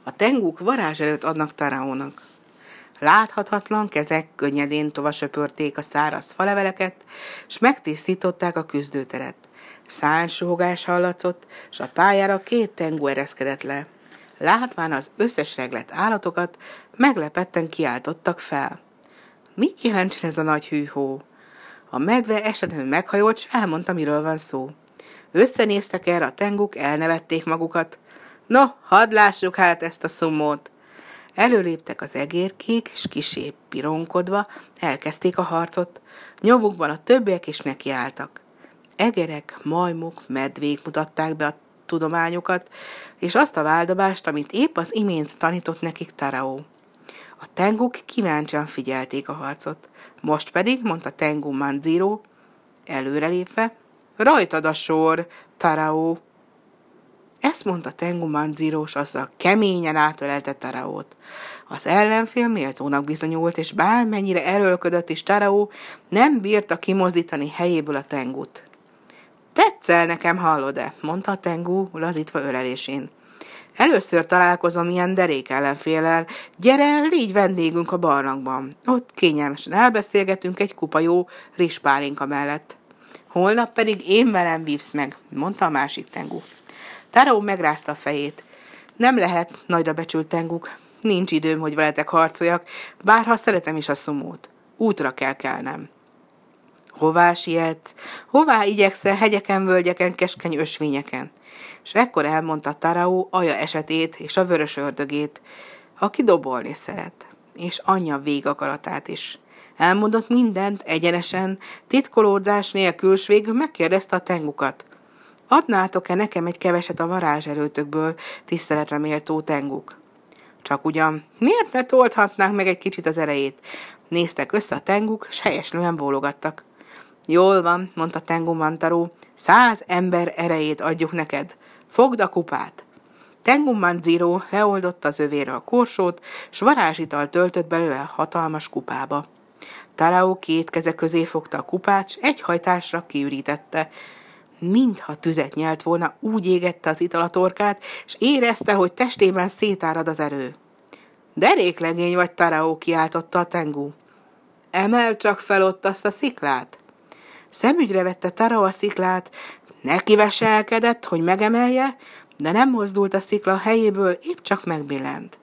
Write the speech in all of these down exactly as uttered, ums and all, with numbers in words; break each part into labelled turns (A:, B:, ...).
A: A tenguk varázserőt adnak Taraónak. Láthatatlan kezek könnyedén tovasöpörték a száraz faleveleket, s megtisztították a küzdőteret. Szárnysuhogás hallatszott, s a pályára két tengu ereszkedett le. Látván az összes reglett állatokat, meglepetten kiáltottak fel. Mit jelentsen ez a nagy hűhó? A medve esetlenül meghajolt, s elmondta, miről van szó. Összenéztek erre a tenguk, elnevették magukat. No, hadd lássuk hát ezt a szumót. Előléptek az egérkék, és kisé pironkodva elkezdték a harcot. Nyomukban a többiek is nekiálltak. Egerek, majmok, medvék mutatták be a tudományukat, és azt a váldobást, amit épp az imént tanított nekik Taraó. A tenguk kíváncsian figyelték a harcot. Most pedig, mondta Tengu Manziro, előrelépve, rajtad a sor, Taraó. Ezt mondta Tengu Manziro, s azzal keményen átölelte Taraót. Az ellenfél méltónak bizonyult, és bármennyire erőlködött is Taraó, nem bírta kimozdítani helyéből a tengut. Tetszel nekem, hallod-e? Mondta a tengu, lazítva ölelésén. Először találkozom ilyen derék ellenféllel. Gyere, légy vendégünk a barlangban. Ott kényelmesen elbeszélgetünk egy kupa jó rizspálinka mellett. Holnap pedig én velem vívsz meg, mondta a másik tengu. Taraó megrázta a fejét. Nem lehet, nagyra becsült tenguk. Nincs időm, hogy veletek harcoljak, bárha szeretem is a szumót. Útra kell kelnem. Hová sietsz? Hová igyekszel hegyeken, völgyeken, keskeny ösvényeken? És ekkor elmondta Taraó Aja esetét és a vörös ördögét, aki dobolni szeret, és anyja végakaratát is. Elmondott mindent egyenesen, titkolódzás nélkül, s végül megkérdezte a tengukat. Adnátok-e nekem egy keveset a varázserőtökből, tiszteletre méltó tenguk? Csak ugyan, miért ne toldhatnánk meg egy kicsit az erejét? Néztek össze a tenguk, s helyeslően bólogattak. Jól van, mondta Tengu Mantaró, száz ember erejét adjuk neked. Fogd a kupát. Tengu Manziro leoldotta az övére a korsót, s varázsital töltött belőle a hatalmas kupába. Taraó két keze közé fogta a kupát, s egy hajtásra kiürítette. Mintha tüzet nyelt volna, úgy égette az ital a torkát, s érezte, hogy testében szétárad az erő. Derék legény vagy, Taraó, kiáltotta a tengu. Emeld csak fel ott azt a sziklát. Szemügyre vette Taraó a sziklát, neki veselkedett, hogy megemelje, de nem mozdult a szikla helyéből, épp csak megbillent.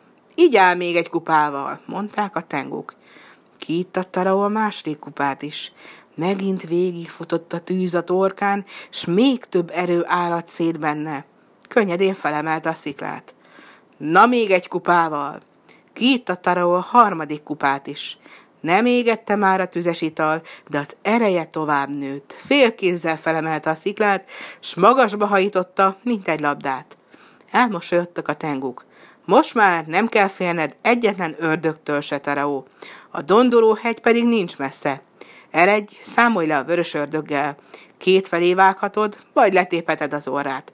A: Igyál még egy kupával, mondták a tenguk. Kiitta Taraó a második kupát is. Megint végigfutott a tűz a torkán, s még több erő áradt szét benne. Könnyedén felemelte a sziklát. Na még egy kupával! Kiitta Taraó a harmadik kupát is. Nem égette már a tüzes ital, de az ereje tovább nőtt. Félkézzel felemelte a sziklát, s magasba hajította, mint egy labdát. Elmosolyodtak a tenguk. Most már nem kell félned egyetlen ördögtől se, Taraó. A Dondoró hegy pedig nincs messze. Eredj, számolj le a vörös ördöggel. Kétfelé vághatod, vagy letépheted az orrát.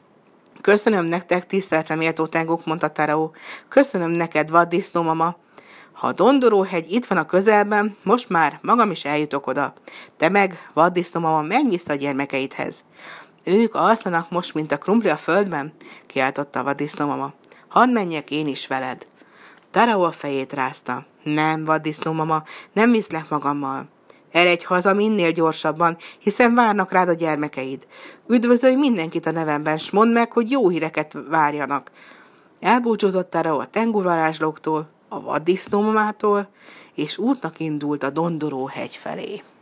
A: Köszönöm nektek, tiszteletre méltó tenguk, mondta Taraó. Köszönöm neked, vaddisznó mama. Ha a Dondoró hegy itt van a közelben, most már magam is eljutok oda. Te meg, vaddisznó mama, menj vissza a gyermekeidhez. Ők alszanak most, mint a krumpli a földben, kiáltotta a vaddisznó mama. Hadd menjek én is veled. Taraó a fejét rázta. Nem, vaddisznó mama, nem viszlek magammal. Eredj haza minél gyorsabban, hiszen várnak rád a gyermekeid. Üdvözölj mindenkit a nevemben, s mondd meg, hogy jó híreket várjanak. Elbúcsúzott Taraó a tengu varázslóktól, a vaddisznó mamától, és útnak indult a Dondoró hegy felé.